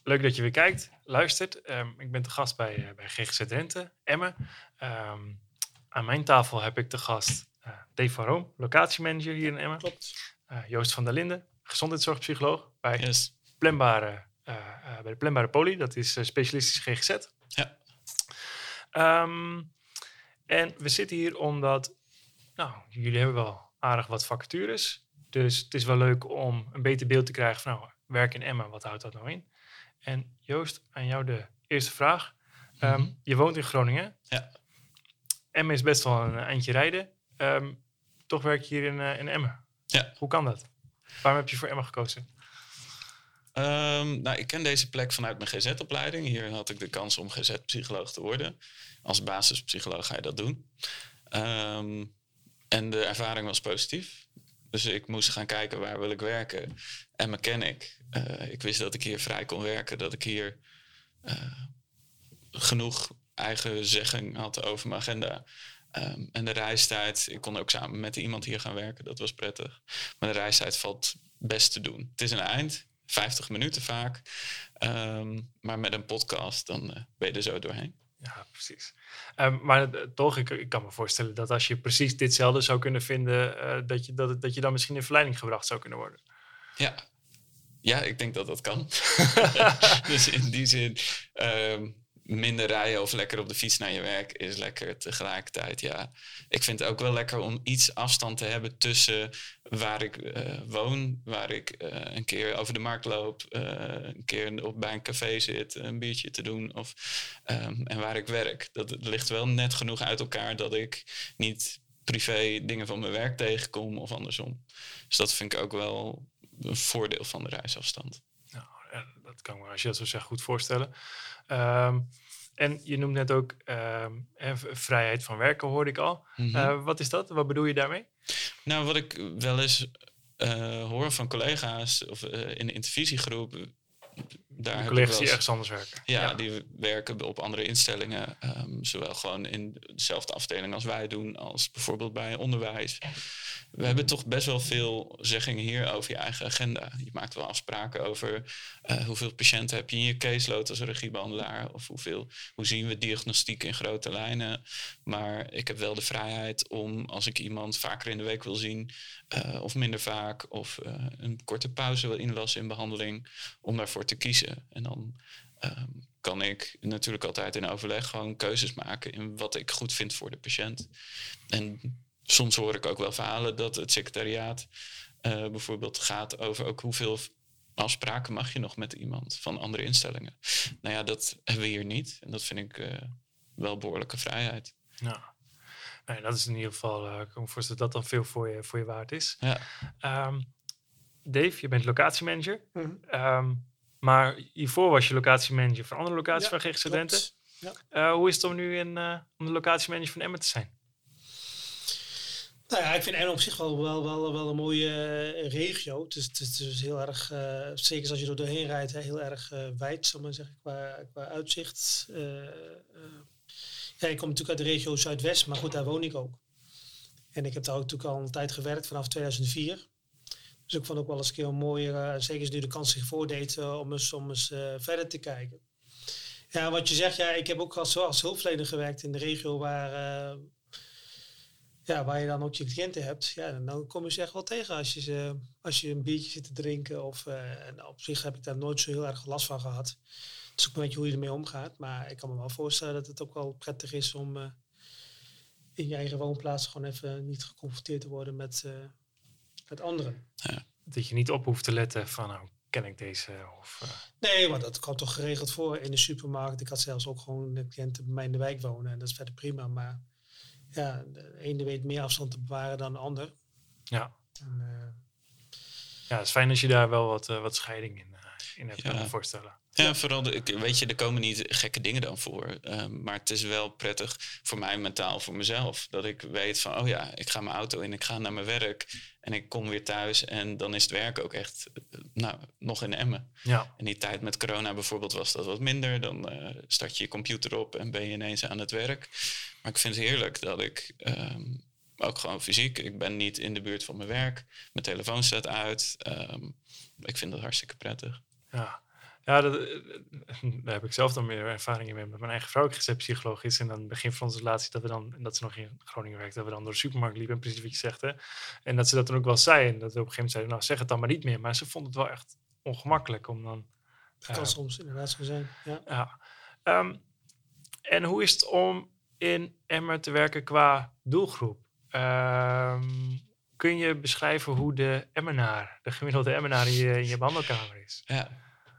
Leuk dat je weer kijkt, luistert. Ik ben te gast bij GGZ Drenthe, Emmen. Aan mijn tafel heb ik te gast Dave van Room, locatiemanager hier in Emmen. Klopt. Joost van der Linden, gezondheidszorgpsycholoog bij, Yes. bij de Planbare Poli. Dat is specialistisch GGZ. Ja. En we zitten hier omdat jullie hebben wel aardig wat vacatures. Dus het is wel leuk om een beter beeld te krijgen van werk in Emmen, wat houdt dat nou in? En Joost, aan jou de eerste vraag. Je woont in Groningen. Ja. Emmen is best wel een eindje rijden. Toch werk je hier in Emmen. Ja. Hoe kan dat? Waarom heb je voor Emmen gekozen? Ik ken deze plek vanuit mijn GZ-opleiding. Hier had ik de kans om GZ-psycholoog te worden. Als basispsycholoog ga je dat doen. En de ervaring was positief. Dus ik moest gaan kijken waar wil ik werken. Emmen ken ik. Ik wist dat ik hier vrij kon werken. Dat ik hier genoeg eigen zegging had over mijn agenda. En de reistijd, ik kon ook samen met iemand hier gaan werken. Dat was prettig. Maar de reistijd valt best te doen. Het is een eind, 50 minuten vaak. Maar met een podcast, dan ben je er zo doorheen. Ja, precies. Maar toch, ik kan me voorstellen dat als je precies ditzelfde zou kunnen vinden, dat je dan misschien in verleiding gebracht zou kunnen worden. Ja, ik denk dat dat kan. Dus in die zin, minder rijden of lekker op de fiets naar je werk is lekker tegelijkertijd. Ja, ik vind het ook wel lekker om iets afstand te hebben tussen waar ik woon, waar ik een keer over de markt loop, een keer bij een café zit, een biertje te doen en waar ik werk. Dat ligt wel net genoeg uit elkaar dat ik niet privé dingen van mijn werk tegenkom of andersom. Dus dat vind ik ook wel een voordeel van de reisafstand. Nou, dat kan me, als je dat zo zegt, goed voorstellen. En je noemt net ook vrijheid van werken, hoorde ik al. Wat is dat? Wat bedoel je daarmee? Nou, wat ik wel eens hoor van collega's of in de intervisiegroep. De collega's die ergens anders werken. Ja, die werken op andere instellingen. Zowel gewoon in dezelfde afdeling als wij doen, als bijvoorbeeld bij onderwijs. We hebben toch best wel veel zeggingen hier over je eigen agenda. Je maakt wel afspraken over hoeveel patiënten heb je in je caseload als regiebehandelaar. Of hoe zien we diagnostiek in grote lijnen. Maar ik heb wel de vrijheid om, als ik iemand vaker in de week wil zien, of minder vaak, of een korte pauze wil inlassen in behandeling, om daarvoor te kiezen. En dan kan ik natuurlijk altijd in overleg gewoon keuzes maken in wat ik goed vind voor de patiënt. En soms hoor ik ook wel verhalen dat het secretariaat bijvoorbeeld gaat over ook hoeveel afspraken mag je nog met iemand van andere instellingen. Nou ja, dat hebben we hier niet. En dat vind ik wel behoorlijke vrijheid. Nou, dat is in ieder geval, ik kan me voorstellen dat dan veel voor je waard is. Ja. Dave, je bent locatiemanager. Maar hiervoor was je locatiemanager van andere locaties van GGZ Drenthe. Ja. Hoe is het om nu om de locatiemanager van Emmen te zijn? Nou ja, ik vind Emmen op zich wel een mooie regio. Het is heel erg, zeker als je er doorheen rijdt, heel erg wijd, zal ik maar zeggen, qua uitzicht. Ik kom natuurlijk uit de regio Zuidwest, maar goed, daar woon ik ook. En ik heb daar ook natuurlijk al een tijd gewerkt, vanaf 2004. Dus ik vond ook wel eens een keer mooier, zeker als nu de kans zich voordeed, om eens verder te kijken. Ja, wat je zegt, ik heb ook als hulpverlener gewerkt in de regio waar je dan ook je cliënten hebt. Ja, dan kom je ze echt wel tegen als je een biertje zit te drinken. En op zich heb ik daar nooit zo heel erg last van gehad. Het is ook een beetje hoe je ermee omgaat. Maar ik kan me wel voorstellen dat het ook wel prettig is om in je eigen woonplaats gewoon even niet geconfronteerd te worden met anderen. Ja. Dat je niet op hoeft te letten van, ken ik deze? Nee, maar dat kwam toch geregeld voor in de supermarkt. Ik had zelfs ook gewoon de cliënten bij mij in de wijk wonen. En dat is verder prima. Maar ja, de ene weet meer afstand te bewaren dan de ander. Ja. Het is fijn als je daar wel wat scheiding in hebt, kan me voorstellen. Ja, vooral, er komen niet gekke dingen dan voor. Maar het is wel prettig voor mij mentaal, voor mezelf. Dat ik weet van, ik ga mijn auto in, ik ga naar mijn werk. En ik kom weer thuis en dan is het werk ook echt nog in Emmen. Ja. In die tijd met corona bijvoorbeeld was dat wat minder. Dan start je computer op en ben je ineens aan het werk. Maar ik vind het heerlijk dat ik ook gewoon fysiek, ik ben niet in de buurt van mijn werk. Mijn telefoon staat uit. Ik vind dat hartstikke prettig. Ja. Ja, daar heb ik zelf dan meer ervaring in mee. Met mijn eigen vrouw, ik gezegd psycholoog is. En dan begin van onze relatie dat we dan, en dat ze nog in Groningen werkt, dat we dan door de supermarkt liepen, en precies wat je zegt. Hè? En dat ze dat dan ook wel zei. En dat we op een gegeven moment zeiden, nou zeg het dan maar niet meer. Maar ze vond het wel echt ongemakkelijk om dan... Dat kan soms inderdaad zo zijn. Ja. Ja. En hoe is het om in Emmer te werken qua doelgroep? Kun je beschrijven hoe de Emmenaar, de gemiddelde Emmenaar in je behandelkamer is? Ja.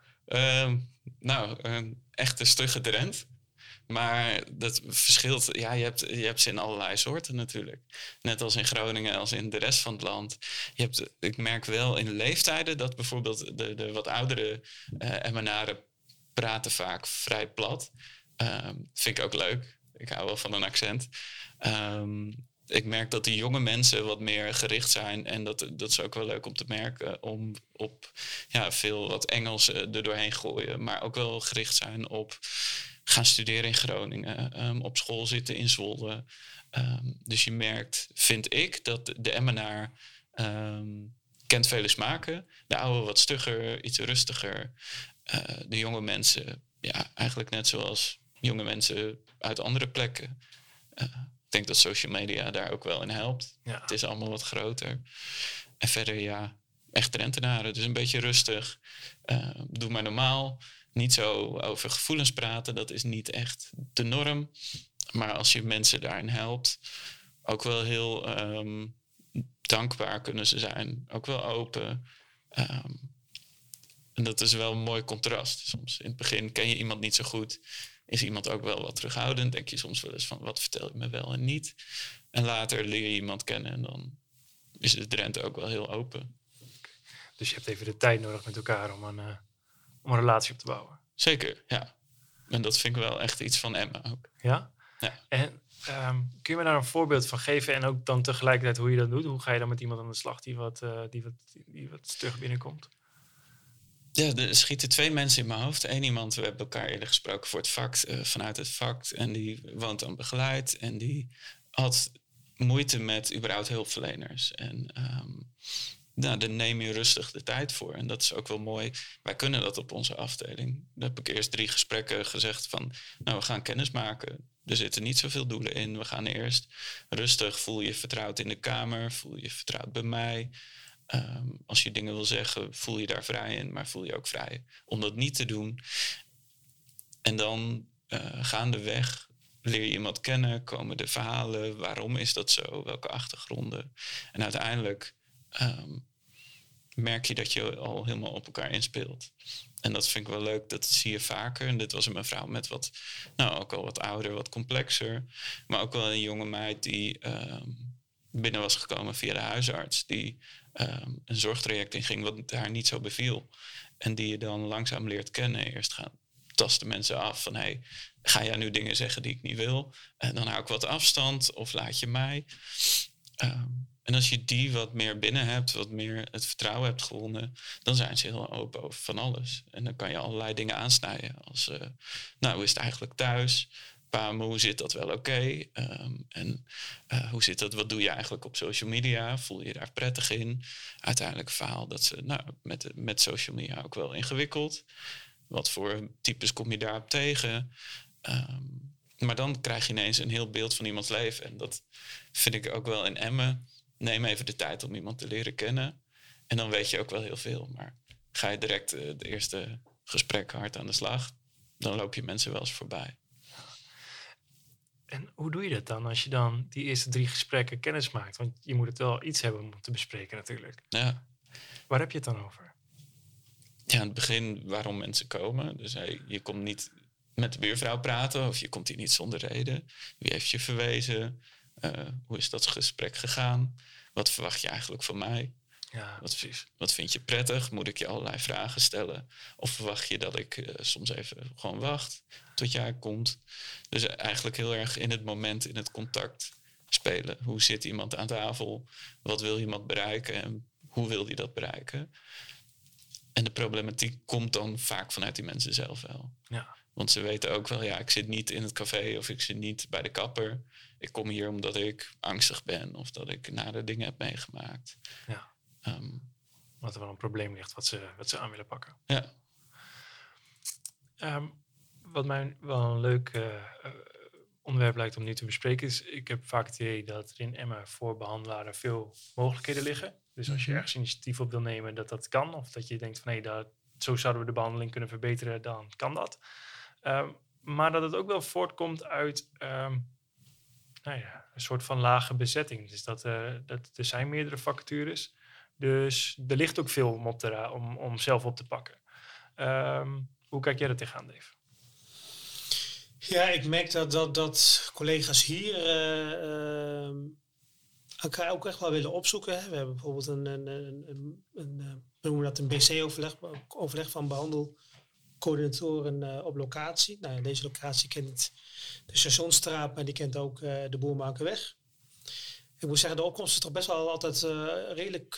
Echt een stugge Drent. Maar dat verschilt. Ja, je hebt ze in allerlei soorten natuurlijk. Net als in Groningen, als in de rest van het land. Ik merk wel in leeftijden dat bijvoorbeeld de wat oudere Emmenaren praten vaak vrij plat. Vind ik ook leuk. Ik hou wel van een accent. Ik merk dat die jonge mensen wat meer gericht zijn. En dat is ook wel leuk om te merken. Om op veel wat Engels er doorheen gooien. Maar ook wel gericht zijn op gaan studeren in Groningen. Op school zitten in Zwolle. Dus je merkt, vind ik, dat de Emmenaar kent vele smaken. De oude wat stugger, iets rustiger. De jonge mensen, eigenlijk net zoals jonge mensen uit andere plekken. Ik denk dat social media daar ook wel in helpt. Ja. Het is allemaal wat groter. En verder, echt Drentenaren. Dus een beetje rustig. Doe maar normaal. Niet zo over gevoelens praten. Dat is niet echt de norm. Maar als je mensen daarin helpt, ook wel heel dankbaar kunnen ze zijn. Ook wel open. En dat is wel een mooi contrast. Soms in het begin ken je iemand niet zo goed. Is iemand ook wel wat terughoudend? Denk je soms wel eens van, wat vertel je me wel en niet? En later leer je iemand kennen en dan is de Drenthe ook wel heel open. Dus je hebt even de tijd nodig met elkaar om een relatie op te bouwen. Zeker, ja. En dat vind ik wel echt iets van Emma ook. Ja? Ja. En kun je me daar een voorbeeld van geven en ook dan tegelijkertijd hoe je dat doet? Hoe ga je dan met iemand aan de slag die wat stug binnenkomt? Ja, er schieten 2 mensen in mijn hoofd. Eén iemand, we hebben elkaar eerder gesproken voor het vak, vanuit het vak. En die woont dan begeleid. En die had moeite met überhaupt hulpverleners. En daar neem je rustig de tijd voor. En dat is ook wel mooi. Wij kunnen dat op onze afdeling. Dan heb ik eerst 3 gesprekken gezegd van, nou, we gaan kennis maken. Er zitten niet zoveel doelen in. We gaan eerst rustig, voel je vertrouwd in de kamer. Voel je vertrouwd bij mij. Als je dingen wil zeggen, voel je daar vrij in, maar voel je ook vrij om dat niet te doen. En dan gaandeweg leer je iemand kennen, komen de verhalen, waarom is dat zo, welke achtergronden. En uiteindelijk merk je dat je al helemaal op elkaar inspeelt. En dat vind ik wel leuk, dat zie je vaker. En dit was een mevrouw met ook al wat ouder, wat complexer. Maar ook wel een jonge meid die binnen was gekomen via de huisarts, die een zorgtraject inging wat haar niet zo beviel. En die je dan langzaam leert kennen. Eerst tasten mensen af van, hey, ga jij nu dingen zeggen die ik niet wil? En dan hou ik wat afstand of laat je mij. En als je die wat meer binnen hebt, wat meer het vertrouwen hebt gewonnen, dan zijn ze heel open over van alles. En dan kan je allerlei dingen aansnijden. Als, hoe is het eigenlijk thuis? Maar hoe zit dat wel oké? Hoe zit dat? Wat doe je eigenlijk op social media? Voel je daar prettig in? Uiteindelijk verhaal dat ze met social media ook wel ingewikkeld. Wat voor types kom je daarop tegen? Maar dan krijg je ineens een heel beeld van iemands leven. En dat vind ik ook wel in Emmen. Neem even de tijd om iemand te leren kennen. En dan weet je ook wel heel veel. Maar ga je direct de eerste gesprekken hard aan de slag, dan loop je mensen wel eens voorbij. En hoe doe je dat dan als je dan die eerste 3 gesprekken kennis maakt? Want je moet het wel iets hebben om te bespreken natuurlijk. Ja. Waar heb je het dan over? Ja, in het begin waarom mensen komen. Dus je komt niet met de buurvrouw praten of je komt hier niet zonder reden. Wie heeft je verwezen? Hoe is dat gesprek gegaan? Wat verwacht je eigenlijk van mij? Ja, precies. Wat vind je prettig? Moet ik je allerlei vragen stellen? Of verwacht je dat ik soms even gewoon wacht tot jij komt? Dus eigenlijk heel erg in het moment, in het contact spelen. Hoe zit iemand aan tafel? Wat wil iemand bereiken? En hoe wil hij dat bereiken? En de problematiek komt dan vaak vanuit die mensen zelf wel. Ja. Want ze weten ook wel, ik zit niet in het café of ik zit niet bij de kapper. Ik kom hier omdat ik angstig ben of dat ik nare dingen heb meegemaakt. Ja. Dat er wel een probleem ligt wat ze aan willen pakken. Ja. Wat mij wel een leuk onderwerp lijkt om nu te bespreken is... Ik heb vaak het idee dat er in Emmen voor behandelaren veel mogelijkheden liggen. Dus als je ergens initiatief op wil nemen, dat kan. Of dat je denkt van zo zouden we de behandeling kunnen verbeteren, dan kan dat. Maar dat het ook wel voortkomt uit een soort van lage bezetting. Dus dat er zijn meerdere vacatures. Dus er ligt ook veel om zelf op te pakken. Hoe kijk jij er tegenaan, Dave? Ja, ik merk dat collega's hier elkaar ook echt wel willen opzoeken. Hè. We hebben bijvoorbeeld we noemen dat een BC-overleg van behandelcoördinatoren op locatie. Nou, deze locatie kent de Stationsstraat, maar die kent ook de Boermakerweg. Ik moet zeggen, de opkomst is toch best wel altijd redelijk...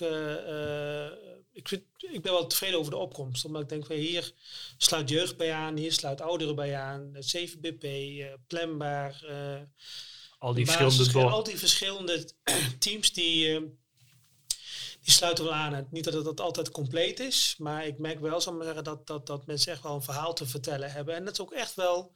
Ik ben wel tevreden over de opkomst. Omdat ik denk, hier sluit jeugd bij aan, hier sluit ouderen bij aan. Het CVBP, Plembaar. Al die verschillende teams die sluiten wel aan. Niet dat het altijd compleet is. Maar ik merk wel, zal ik maar zeggen, dat mensen echt wel een verhaal te vertellen hebben. En dat is ook echt wel...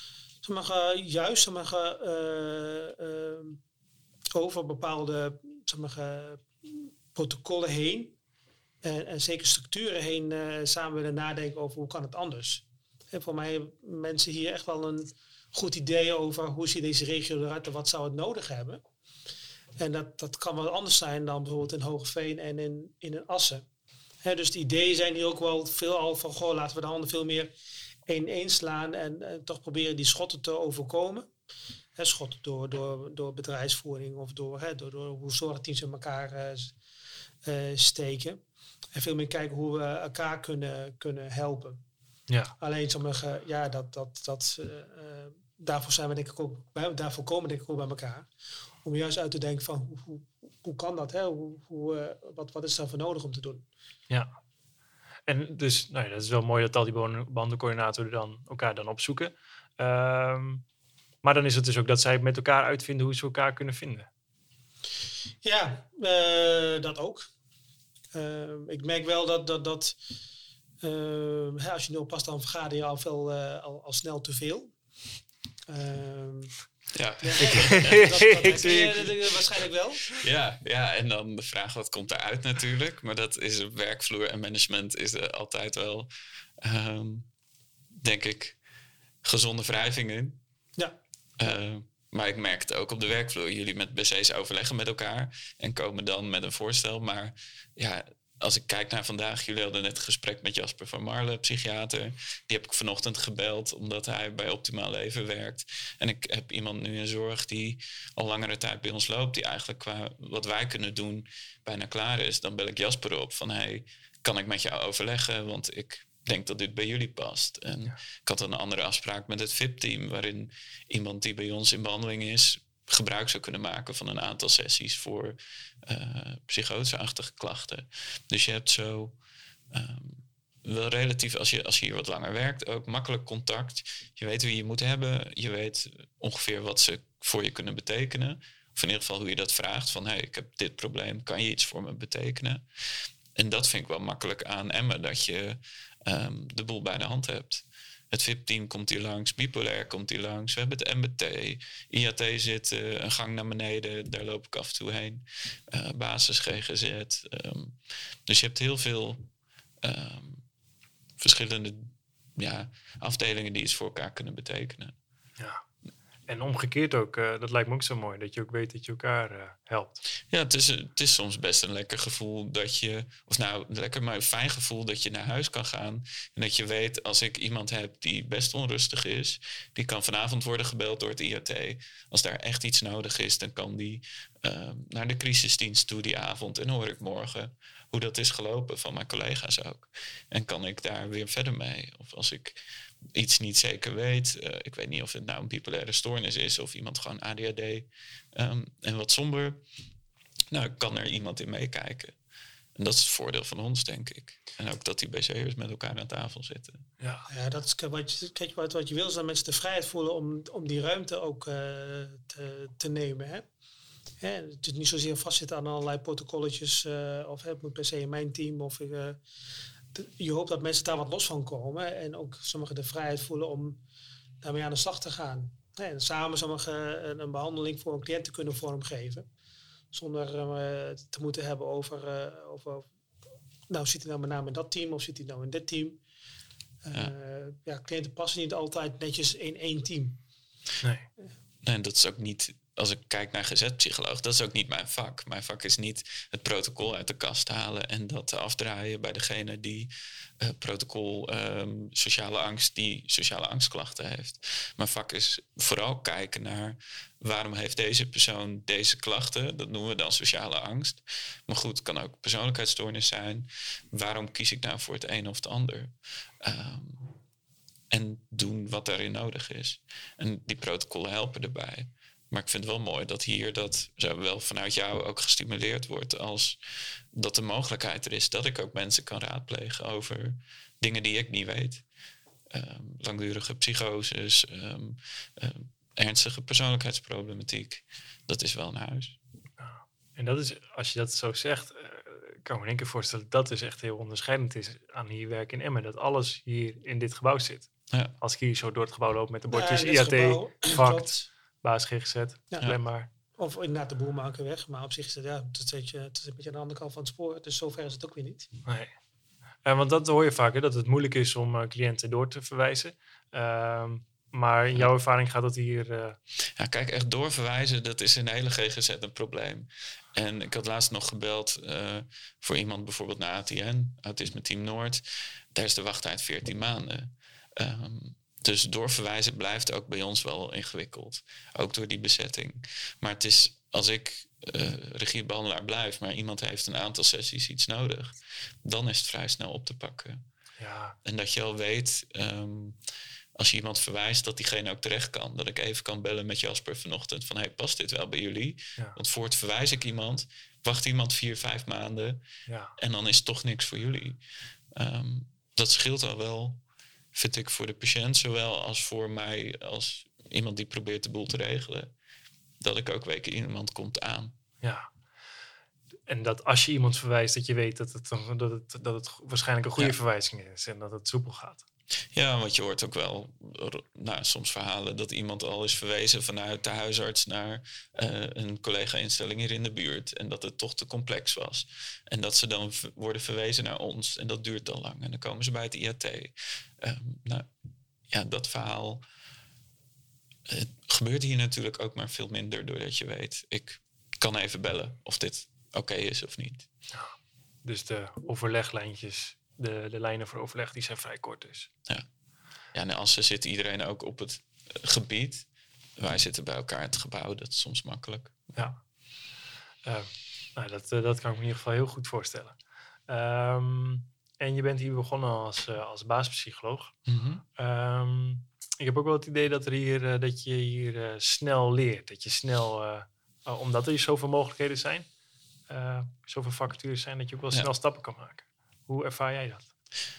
over bepaalde protocollen heen en zeker structuren heen samen willen nadenken over hoe kan het anders. En voor mij hebben mensen hier echt wel een goed idee over hoe ziet deze regio eruit en wat zou het nodig hebben. En dat kan wel anders zijn dan bijvoorbeeld in Hoogeveen en in een Assen. Dus de ideeën zijn hier ook wel veel al van, laten we de handen veel meer één slaan en toch proberen die schotten te overkomen. Schotten door bedrijfsvoering of door hoe zorgteams in elkaar steken. En veel meer kijken hoe we elkaar kunnen helpen. Ja. Alleen daarvoor zijn we denk ik ook, daarvoor komen we denk ik ook bij elkaar. Om juist uit te denken van hoe kan dat? Hè? Wat is er voor nodig om te doen? Ja. En dus dat is wel mooi dat al die behandelcoördinatoren dan elkaar dan opzoeken. Maar dan is het dus ook dat zij met elkaar uitvinden hoe ze elkaar kunnen vinden. Ja, dat ook. Ik merk wel dat als je nu oppast, dan vergader je al snel te veel. Ja. Waarschijnlijk wel. Ja, en dan de vraag, wat komt eruit natuurlijk. Maar dat is op werkvloer en management is er altijd wel, denk ik, gezonde wrijving in. Ja. Maar ik merk het ook op de werkvloer. Jullie met BC's overleggen met elkaar en komen dan met een voorstel. Maar ja, als ik kijk naar vandaag, jullie hadden net een gesprek met Jasper van Marle, psychiater. Die heb ik vanochtend gebeld, omdat hij bij Optimaal Leven werkt. En ik heb iemand nu in zorg die al langere tijd bij ons loopt, die eigenlijk qua wat wij kunnen doen bijna klaar is. Dan bel ik Jasper op van, kan ik met jou overleggen? Want ik denk dat dit bij jullie past. En ik had een andere afspraak met het VIP-team, waarin iemand die bij ons in behandeling is gebruik zou kunnen maken van een aantal sessies voor psychoseachtige klachten. Dus je hebt zo wel relatief, als je hier wat langer werkt, ook makkelijk contact. Je weet wie je moet hebben. Je weet ongeveer wat ze voor je kunnen betekenen. Of in ieder geval hoe je dat vraagt. Van, ik heb dit probleem. Kan je iets voor me betekenen? En dat vind ik wel makkelijk aan Emmen, dat je de boel bij de hand hebt. Het VIP-team komt hier langs, bipolair komt hier langs. We hebben het MBT, IAT zit een gang naar beneden. Daar loop ik af en toe heen. Basis GGZ. Dus je hebt heel veel verschillende afdelingen die iets voor elkaar kunnen betekenen. Ja. En omgekeerd ook, dat lijkt me ook zo mooi, dat je ook weet dat je elkaar helpt. Ja, het is soms best een lekker gevoel dat je, maar een fijn gevoel dat je naar huis kan gaan. En dat je weet, als ik iemand heb die best onrustig is, die kan vanavond worden gebeld door het IAT. Als daar echt iets nodig is, dan kan die naar de crisisdienst toe die avond. En hoor ik morgen hoe dat is gelopen van mijn collega's ook. En kan ik daar weer verder mee. Of als ik iets niet zeker weet. Ik weet niet of het nou een bipolaire stoornis is of iemand gewoon ADHD en wat somber. Nou, kan er iemand in meekijken. En dat is het voordeel van ons, denk ik. En ook dat die BC'ers met elkaar aan tafel zitten. Ja, dat is wat je wil, is dat mensen de vrijheid voelen om die ruimte ook te nemen. Hè? Het is niet zozeer vastzitten aan allerlei protocolletjes of het moet per se in mijn team of je hoopt dat mensen daar wat los van komen. En ook sommigen de vrijheid voelen om daarmee aan de slag te gaan. En samen sommigen een behandeling voor een cliënt te kunnen vormgeven. Zonder te moeten hebben over nou, zit hij nou met name in dat team of zit hij nou in dit team? Cliënten passen niet altijd netjes in één team. Nee. En dat is ook niet, als ik kijk naar gezetpsycholoog, dat is ook niet mijn vak. Mijn vak is niet het protocol uit de kast halen en dat afdraaien bij degene die sociale angstklachten heeft. Mijn vak is vooral kijken naar waarom heeft deze persoon deze klachten. Dat noemen we dan sociale angst. Maar goed, het kan ook persoonlijkheidsstoornis zijn. Waarom kies ik nou voor het een of het ander? En doen wat daarin nodig is. En die protocollen helpen erbij. Maar ik vind het wel mooi dat hier dat zowel vanuit jou ook gestimuleerd wordt als dat de mogelijkheid er is dat ik ook mensen kan raadplegen over dingen die ik niet weet. Langdurige psychoses, ernstige persoonlijkheidsproblematiek. Dat is wel een huis. En dat is, als je dat zo zegt, kan ik me in één keer voorstellen dat dus echt heel onderscheidend is aan hier werken in Emmen. Dat alles hier in dit gebouw zit. Ja. Als ik hier zo door het gebouw loop met de bordjes in dit gebouw, IAT, VACT, klopt. baas GGZ, Lembaar. Of inderdaad de Boermakerweg. Maar op zich is het, het is een beetje aan de andere kant van het spoor. Dus zover is het ook weer niet. Nee. Want dat hoor je vaker, dat het moeilijk is om cliënten door te verwijzen. Maar in jouw ervaring gaat dat hier... Ja, kijk, echt doorverwijzen, dat is in de hele GGZ een probleem. En ik had laatst nog gebeld voor iemand bijvoorbeeld naar ATN, Autisme Team Noord. Daar is de wachttijd 14 maanden. Dus doorverwijzen blijft ook bij ons wel ingewikkeld. Ook door die bezetting. Maar het is, als ik regiebehandelaar blijf, maar iemand heeft een aantal sessies iets nodig, dan is het vrij snel op te pakken. Ja. En dat je al weet, als je iemand verwijst, dat diegene ook terecht kan. Dat ik even kan bellen met Jasper vanochtend van, hey, past dit wel bij jullie? Ja. Want voor het verwijs ik iemand, wacht iemand 4-5 maanden en dan is het toch niks voor jullie. Dat scheelt al wel, vind ik, voor de patiënt, zowel als voor mij als iemand die probeert de boel te regelen. Dat ik ook weet, iemand komt aan. Ja. En dat als je iemand verwijst, dat je weet dat het waarschijnlijk een goede verwijzing is en dat het soepel gaat. Ja, want je hoort ook wel soms verhalen dat iemand al is verwezen vanuit de huisarts naar een collega-instelling hier in de buurt. En dat het toch te complex was. En dat ze dan worden verwezen naar ons. En dat duurt dan lang. En dan komen ze bij het IAT. Dat verhaal. Het gebeurt hier natuurlijk ook maar veel minder doordat je weet, ik kan even bellen of dit oké is of niet. Ja, dus de overleglijntjes, de lijnen voor overleg, die zijn vrij kort dus. Ja, en als ze zit iedereen ook op het gebied. Wij zitten bij elkaar in het gebouw, dat is soms makkelijk. Ja, dat kan ik me in ieder geval heel goed voorstellen. En je bent hier begonnen als basispsycholoog. Mm-hmm. Ik heb ook wel het idee dat je hier snel leert. Dat je snel, omdat er zoveel mogelijkheden zijn, zoveel vacatures zijn, dat je ook wel snel stappen kan maken. Hoe ervaar jij dat?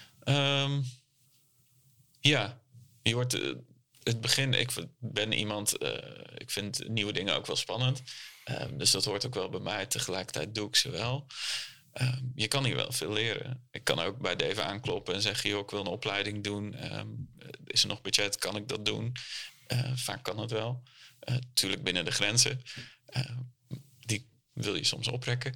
Je hoort het begin. Ik ben iemand, ik vind nieuwe dingen ook wel spannend. Dus dat hoort ook wel bij mij. Tegelijkertijd doe ik ze wel. Je kan hier wel veel leren. Ik kan ook bij Dave aankloppen en zeggen, joh, ik wil een opleiding doen. Is er nog budget? Kan ik dat doen? Vaak kan het wel. Natuurlijk binnen de grenzen. Die wil je soms oprekken.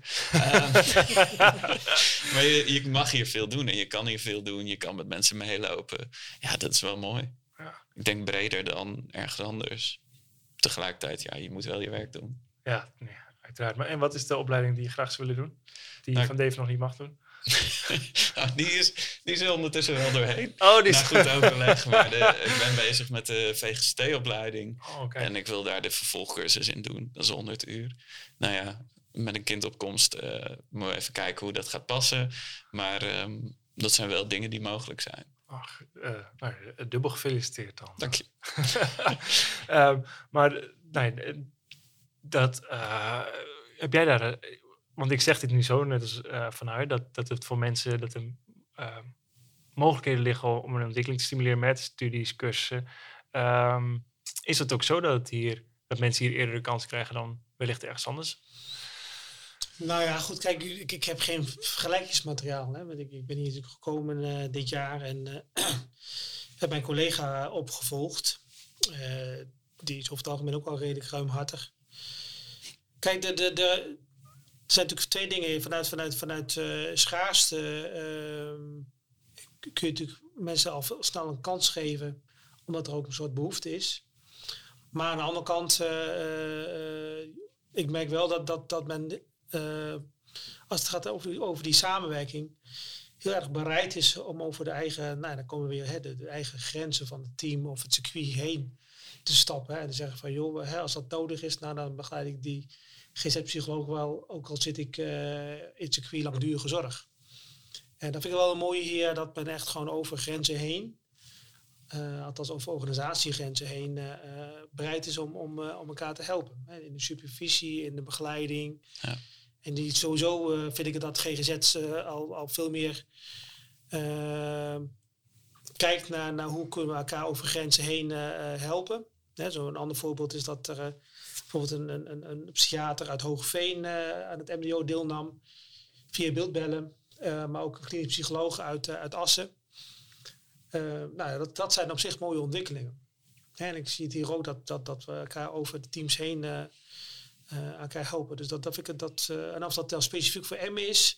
Maar je mag hier veel doen en je kan hier veel doen. Je kan met mensen meelopen. Ja, dat is wel mooi. Ja. Ik denk breder dan ergens anders. Tegelijkertijd, je moet wel je werk doen. Ja, nee, uiteraard. Maar en wat is de opleiding die je graag zou willen doen? Die je van Dave nog niet mag doen? Die is er ondertussen wel doorheen. Oh, die is goed overleg. Maar ik ben bezig met de VGCT-opleiding. Oh, okay. En ik wil daar de vervolgcursus in doen. Dat is 100 uur. Nou ja, met een kindopkomst moeten we even kijken hoe dat gaat passen. Maar dat zijn wel dingen die mogelijk zijn. Ach, dubbel gefeliciteerd dan. Dank je. Maar nee, heb jij daar... Want ik zeg dit nu zo, net als vanuit, dat het voor mensen, dat er mogelijkheden liggen om een ontwikkeling te stimuleren met studies, cursussen. Is het ook zo dat mensen hier eerder de kans krijgen dan wellicht ergens anders? Nou ja, goed, kijk, ik heb geen vergelijkingsmateriaal. Hè, want ik ben hier natuurlijk gekomen dit jaar en heb mijn collega opgevolgd. Die is over het algemeen ook wel redelijk ruimhartig. Kijk, er zijn natuurlijk twee dingen. Vanuit schaarste kun je natuurlijk mensen al snel een kans geven, omdat er ook een soort behoefte is. Maar aan de andere kant, ik merk wel dat men, als het gaat over die samenwerking, heel erg bereid is om over de eigen, dan komen we weer de eigen grenzen van het team of het circuit heen te stappen. Hè, en te zeggen van, joh, als dat nodig is, dan begeleid ik die GZ-psycholoog wel, ook al zit ik in het circuit langdurige zorg. En dat vind ik wel een mooie hier, dat men echt gewoon over grenzen heen, althans over organisatiegrenzen heen, bereid is om elkaar te helpen. Hè, in de supervisie, in de begeleiding. Ja. En die sowieso vind ik dat GGZ al veel meer kijkt naar hoe kunnen we elkaar over grenzen heen helpen. Zo'n ander voorbeeld is dat er bijvoorbeeld een psychiater uit Hoogeveen aan het MDO deelnam via beeldbellen. Maar ook een klinisch psycholoog uit Assen. Dat zijn op zich mooie ontwikkelingen. En ik zie het hier ook dat we elkaar over de teams heen elkaar helpen. Dus dat vind ik en of dat dan specifiek voor Emmen is,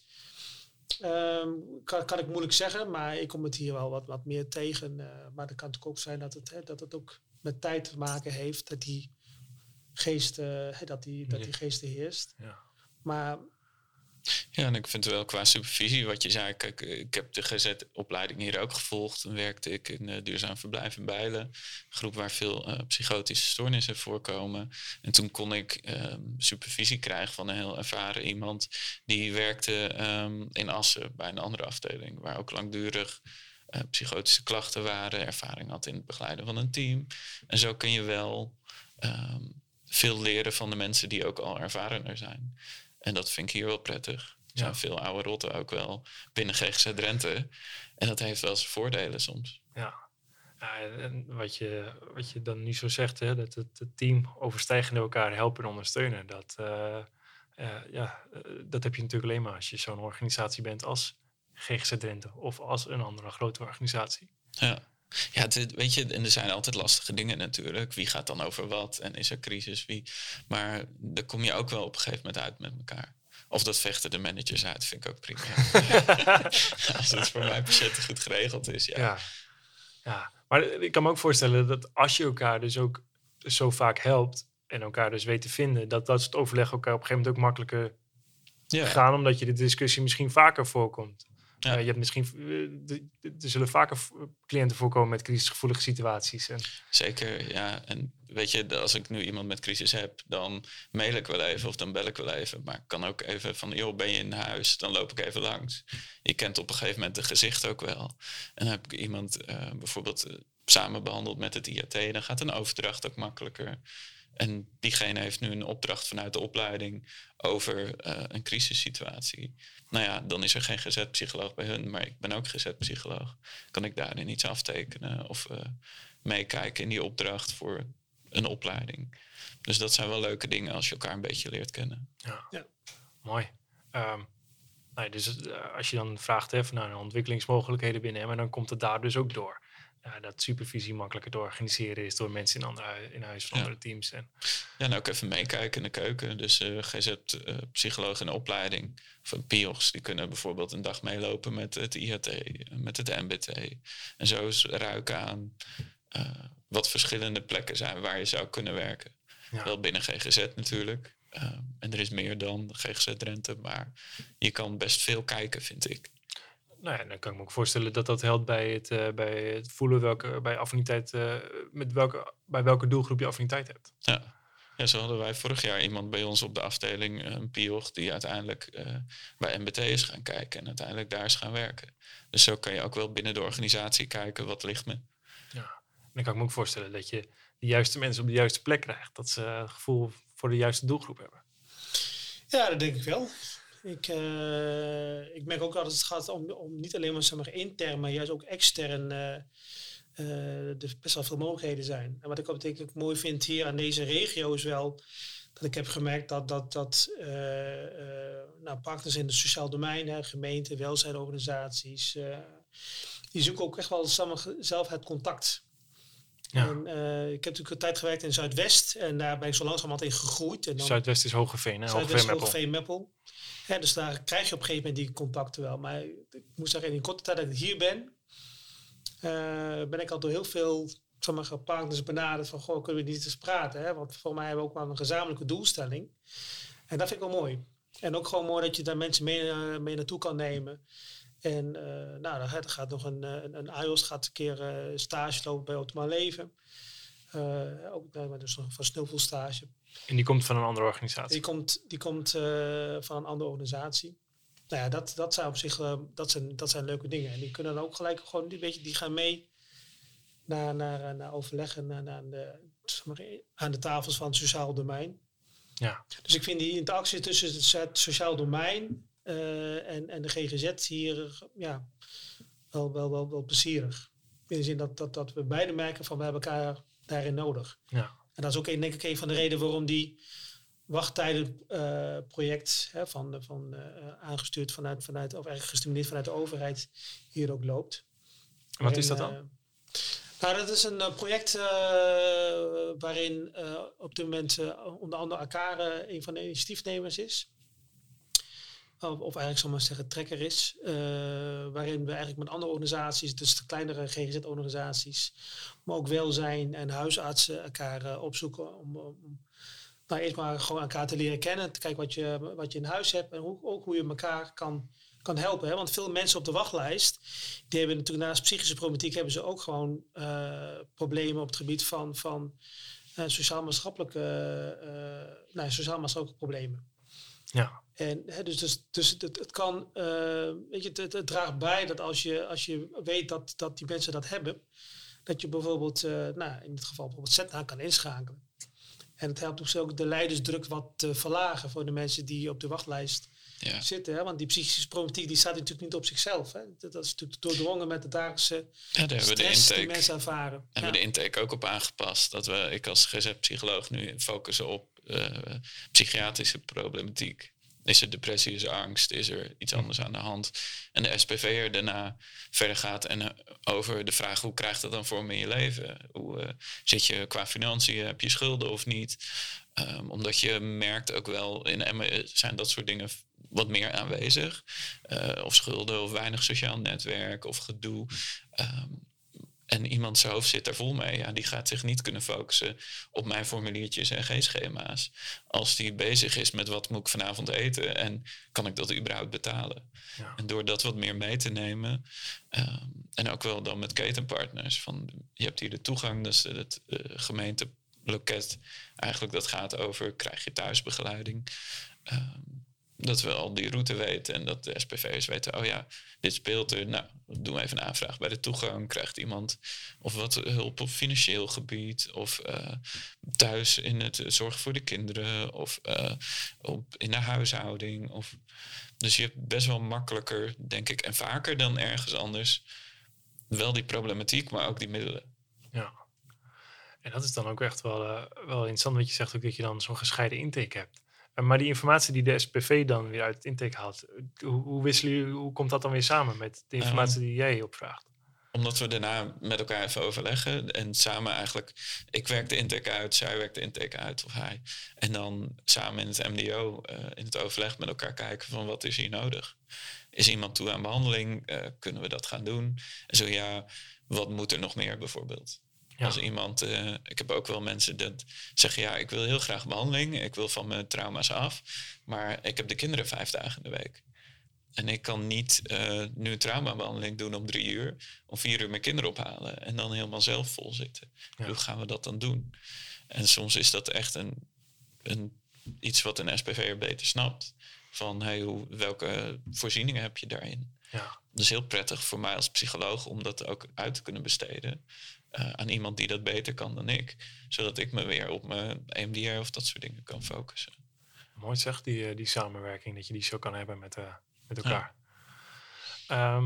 kan ik moeilijk zeggen. Maar ik kom het hier wel wat meer tegen. Maar het kan natuurlijk ook zijn dat het ook met tijd te maken heeft. Dat die geest, die geest heerst. Ja. Maar Ja, en ik vind wel qua supervisie, wat je zei, kijk, ik heb de GZ-opleiding hier ook gevolgd. Toen werkte ik in duurzaam verblijf in Bijlen. Een groep waar veel psychotische stoornissen voorkomen. En toen kon ik supervisie krijgen van een heel ervaren iemand. Die werkte in Assen bij een andere afdeling, waar ook langdurig psychotische klachten waren. Ervaring had in het begeleiden van een team. En zo kun je wel veel leren van de mensen die ook al ervarener zijn. En dat vind ik hier wel prettig. Er zijn veel oude rotten ook wel binnen GGZ Drenthe. En dat heeft wel zijn voordelen soms. Ja, en wat je dan nu zo zegt, hè, dat het team overstijgende elkaar helpen en ondersteunen. Dat heb je natuurlijk alleen maar als je zo'n organisatie bent als GGZ Drenthe of als een andere grote organisatie. Ja. Ja, weet je, en er zijn altijd lastige dingen natuurlijk. Wie gaat dan over wat en is er crisis? Wie? Maar daar kom je ook wel op een gegeven moment uit met elkaar. Of dat vechten de managers uit, vind ik ook prima. Als het voor mijn patiënten goed geregeld is, ja. Maar ik kan me ook voorstellen dat als je elkaar dus ook zo vaak helpt en elkaar dus weet te vinden, dat soort overleg elkaar op een gegeven moment ook makkelijker gaan, omdat je de discussie misschien vaker voorkomt. Ja. Je hebt misschien, er zullen vaker cliënten voorkomen met crisisgevoelige situaties. Zeker, ja. En weet je, als ik nu iemand met crisis heb, dan mail ik wel even of dan bel ik wel even. Maar ik kan ook even van, joh, ben je in huis? Dan loop ik even langs. Je kent op een gegeven moment de gezicht ook wel. En dan heb ik iemand bijvoorbeeld samen behandeld met het IAT. Dan gaat een overdracht ook makkelijker. En diegene heeft nu een opdracht vanuit de opleiding over een crisissituatie. Nou ja, dan is er geen GZ-psycholoog bij hun, maar ik ben ook GZ-psycholoog. Kan ik daarin iets aftekenen of meekijken in die opdracht voor een opleiding. Dus dat zijn wel leuke dingen als je elkaar een beetje leert kennen. Ja. Mooi. Dus als je dan vraagt naar ontwikkelingsmogelijkheden binnen hem, en dan komt het daar dus ook door. Dat supervisie makkelijker te organiseren is door mensen in huis van andere teams. Ja, en ook even meekijken in de keuken. Dus GZ-psycholoog in de opleiding van PIOGs, die kunnen bijvoorbeeld een dag meelopen met het IHT, met het MBT. En zo eens ruiken aan wat verschillende plekken zijn waar je zou kunnen werken. Ja. Wel binnen GGZ natuurlijk. En er is meer dan GGZ Drenthe, maar je kan best veel kijken, vind ik. Nou ja, dan kan ik me ook voorstellen dat helpt bij het voelen bij affiniteit, bij welke doelgroep je affiniteit hebt. Ja, zo hadden wij vorig jaar iemand bij ons op de afdeling, een PIOG, die uiteindelijk bij MBT is gaan kijken en uiteindelijk daar is gaan werken. Dus zo kan je ook wel binnen de organisatie kijken, wat ligt me. Ja, dan kan ik me ook voorstellen dat je de juiste mensen op de juiste plek krijgt. Dat ze het gevoel voor de juiste doelgroep hebben. Ja, dat denk ik wel. Ik merk ook dat het gaat om niet alleen maar intern, maar juist ook extern er best wel veel mogelijkheden zijn. En wat ik ook denk ik mooi vind hier aan deze regio is wel dat ik heb gemerkt dat partners in het sociaal domein, gemeenten, welzijnorganisaties, die zoeken ook echt wel zelf het contact. Ja. En, ik heb natuurlijk een tijd gewerkt in Zuidwest en daar ben ik zo langzamerhand in gegroeid. En dan Zuidwest is Hogeveen, hè? Hogeveen-Meppel. Dus daar krijg je op een gegeven moment die contacten wel. Maar ik moet zeggen, in de korte tijd dat ik hier ben ik al door heel veel sommige partners benaderd van, goh, kunnen we niet eens praten? Hè? Want voor mij hebben we ook wel een gezamenlijke doelstelling. En dat vind ik wel mooi. En ook gewoon mooi dat je daar mensen mee naartoe kan nemen. En dan gaat nog een IOS gaat een keer stage lopen bij Optimaal Leven. Ook dus nog van sneuvelstage. En die komt van een andere organisatie? Die komt van een andere organisatie. Nou ja, dat zijn op zich dat zijn leuke dingen. En die kunnen dan ook gelijk gewoon, die gaan mee naar overleggen aan de tafels van het sociaal domein. Ja. Dus ik vind die interactie tussen het sociaal domein en de GGZ hier wel plezierig. In de zin dat we beide merken van we hebben elkaar daarin nodig. Ja. En dat is ook denk ik een van de redenen waarom die wachttijdenproject aangestuurd vanuit of eigenlijk gestimuleerd vanuit de overheid hier ook loopt. En wat is dat dan? Dat is een project waarin op dit moment onder andere ACARE een van de initiatiefnemers is. Of eigenlijk zal maar zeggen trekker is. Waarin we eigenlijk met andere organisaties, dus de kleinere GGZ-organisaties, maar ook welzijn en huisartsen elkaar opzoeken om eerst maar gewoon elkaar te leren kennen. Te kijken wat je in huis hebt en ook hoe je elkaar kan helpen. Hè? Want veel mensen op de wachtlijst, die hebben natuurlijk naast psychische problematiek, hebben ze ook gewoon problemen op het gebied van sociaal-maatschappelijke problemen. Ja. En dus het kan, het draagt bij dat als je weet dat die mensen dat hebben, dat je bijvoorbeeld, in dit geval bijvoorbeeld Zetna kan inschakelen. En het helpt dus ook de leidersdruk wat te verlagen voor de mensen die op de wachtlijst zitten. Hè? Want die psychische problematiek die staat natuurlijk niet op zichzelf. Hè? Dat is natuurlijk doordrongen met de dagelijkse stress die mensen ervaren. Daar hebben we de intake ook op aangepast. Dat ik als GZ-psycholoog nu focussen op psychiatrische problematiek. Is er depressie, is er angst, is er iets anders aan de hand? En de SPV'er daarna verder gaat en over de vraag hoe krijgt dat dan vorm in je leven? Hoe zit je qua financiën, heb je schulden of niet? Omdat je merkt ook wel, in Emmen zijn dat soort dingen wat meer aanwezig. Of schulden of weinig sociaal netwerk of gedoe. En iemand zijn hoofd zit daar vol mee. Ja, die gaat zich niet kunnen focussen op mijn formuliertjes en G-schema's. Als die bezig is met wat moet ik vanavond eten en kan ik dat überhaupt betalen. Ja. En door dat wat meer mee te nemen. En ook wel dan met ketenpartners. Je hebt hier de toegang, dus het gemeenteloket. Eigenlijk dat gaat over, krijg je thuisbegeleiding. Dat we al die route weten en dat de SPV'ers weten, oh ja, dit speelt er. Nou, doen we even een aanvraag bij de toegang. Krijgt iemand of wat hulp op financieel gebied of thuis in het zorgen voor de kinderen of in de huishouding. Dus je hebt best wel makkelijker, denk ik, en vaker dan ergens anders wel die problematiek, maar ook die middelen. Ja. En dat is dan ook echt wel interessant wat je zegt, ook dat je dan zo'n gescheiden intake hebt. Maar die informatie die de SPV dan weer uit het intake haalt, hoe komt dat dan weer samen met de informatie die jij opvraagt? Omdat we daarna met elkaar even overleggen en samen eigenlijk, ik werk de intake uit, zij werkt de intake uit of hij. En dan samen in het MDO, in het overleg met elkaar kijken van wat is hier nodig? Is iemand toe aan behandeling? Kunnen we dat gaan doen? En zo ja, wat moet er nog meer bijvoorbeeld? Ja. Als iemand, ik heb ook wel mensen dat zeggen, ja, ik wil heel graag behandeling. Ik wil van mijn trauma's af. Maar ik heb de kinderen 5 dagen in de week. En ik kan niet nu een traumabehandeling doen om 3 uur. Om 4 uur mijn kinderen ophalen. En dan helemaal zelf vol zitten. Ja. Hoe gaan we dat dan doen? En soms is dat echt iets wat een SPV'er beter snapt. Van, welke voorzieningen heb je daarin? Ja. Dus heel prettig voor mij als psycholoog om dat ook uit te kunnen besteden. Aan iemand die dat beter kan dan ik. Zodat ik me weer op mijn EMDR of dat soort dingen kan focussen. Mooi zeg, die samenwerking. Dat je die zo kan hebben met elkaar. Ja.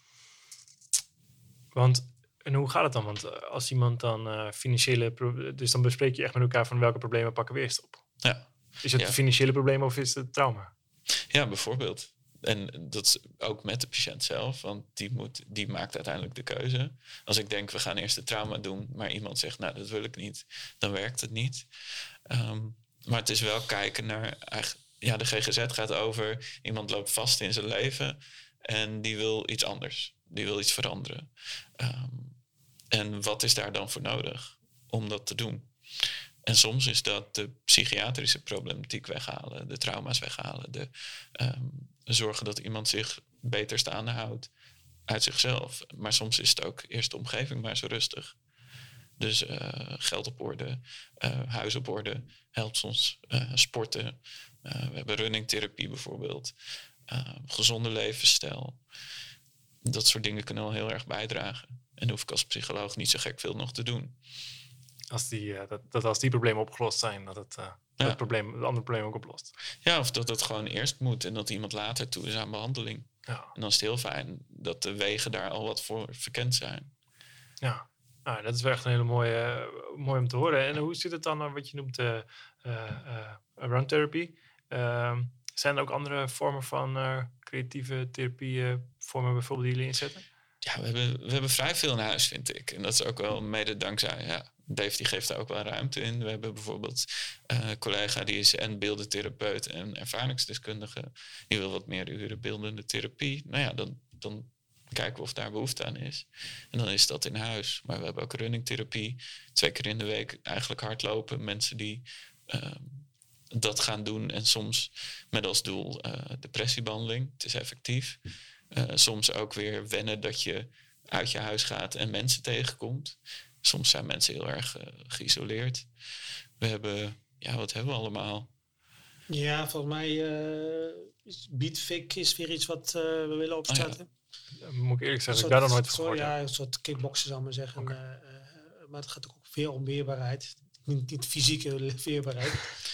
En hoe gaat het dan? Want als iemand dan financiële... Dus dan bespreek je echt met elkaar van welke problemen pakken we eerst op. Ja. Is het een financiële probleem of is het trauma? Ja, bijvoorbeeld. En dat is ook met de patiënt zelf, want die maakt uiteindelijk de keuze. Als ik denk, we gaan eerst het trauma doen, maar iemand zegt, nou, dat wil ik niet, dan werkt het niet. Maar het is wel kijken naar, de GGZ gaat over, iemand loopt vast in zijn leven en die wil iets anders. Die wil iets veranderen. En wat is daar dan voor nodig om dat te doen? En soms is dat de psychiatrische problematiek weghalen, de trauma's weghalen, zorgen dat iemand zich beter staande houdt uit zichzelf. Maar soms is het ook eerst de omgeving maar zo rustig. Dus geld op orde, huis op orde, helpt soms sporten. We hebben runningtherapie bijvoorbeeld, gezonde levensstijl. Dat soort dingen kunnen al heel erg bijdragen. En dan hoef ik als psycholoog niet zo gek veel nog te doen. Als die problemen opgelost zijn, dat het andere probleem ook oplost. Ja, of dat het gewoon eerst moet en dat iemand later toe is aan behandeling. Ja. En dan is het heel fijn dat de wegen daar al wat voor verkend zijn. Ja, dat is wel echt een hele mooi om te horen. En hoe zit het dan, wat je noemt around therapy? Zijn er ook andere vormen van creatieve therapie vormen bijvoorbeeld die jullie inzetten? Ja, we hebben vrij veel in huis, vind ik. En dat is ook wel mede dankzij, Dave die geeft daar ook wel ruimte in. We hebben bijvoorbeeld een collega die is en beeldentherapeut en ervaringsdeskundige. Die wil wat meer uren beeldende therapie. Nou ja, dan kijken we of daar behoefte aan is. En dan is dat in huis. Maar we hebben ook runningtherapie. 2 keer in de week eigenlijk hardlopen. Mensen die dat gaan doen. En soms met als doel depressiebehandeling. Het is effectief. Soms ook weer wennen dat je uit je huis gaat en mensen tegenkomt. Soms zijn mensen heel erg geïsoleerd. We hebben, wat hebben we allemaal? Ja, volgens mij Beatfik is weer iets wat we willen opstarten. Moet ik eerlijk zeggen, ik daar nog nooit van gehoord. Ja, een soort kickboksen zou ik maar zeggen. Okay. Maar het gaat ook veel om weerbaarheid. Niet fysieke weerbaarheid.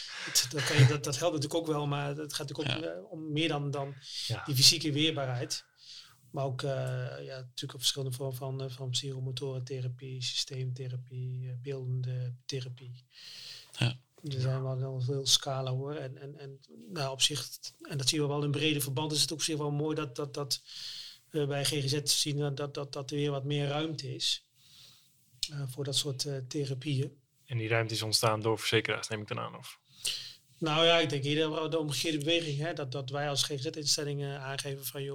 Dat helpt natuurlijk ook wel, maar het gaat natuurlijk ook om meer dan die fysieke weerbaarheid. Maar ook natuurlijk op verschillende vormen van psychomotorentherapie, systeemtherapie, beeldende therapie. Ja. Er zijn wel veel scala hoor. En op zich, en dat zien we wel in brede verband, is het op zich wel mooi dat bij GGZ zien dat er weer wat meer ruimte is voor dat soort therapieën. En die ruimte is ontstaan door verzekeraars, neem ik dan aan? Of? Nou ja, ik denk eerder de omgekeerde beweging. Hè, dat wij als GGZ-instellingen aangeven van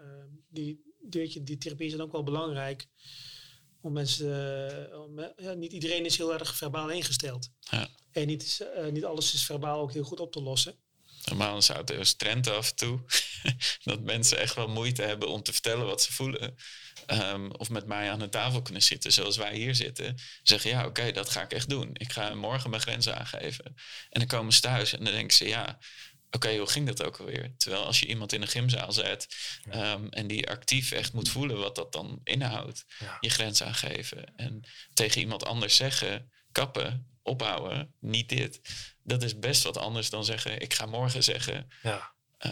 die therapie is dan ook wel belangrijk. Om mensen, niet iedereen is heel erg verbaal ingesteld. Ja. En niet alles is verbaal ook heel goed op te lossen. Normaal zou het als trend af en toe. Dat mensen echt wel moeite hebben om te vertellen wat ze voelen. Of met mij aan de tafel kunnen zitten zoals wij hier zitten. Zeggen oké, dat ga ik echt doen. Ik ga morgen mijn grenzen aangeven. En dan komen ze thuis en dan denken ze oké, hoe ging dat ook alweer? Terwijl als je iemand in een gymzaal zet en die actief echt moet voelen wat dat dan inhoudt. Ja. Je grens aangeven en tegen iemand anders zeggen, kappen, ophouden, niet dit. Dat is best wat anders dan zeggen, ik ga morgen zeggen. Ja.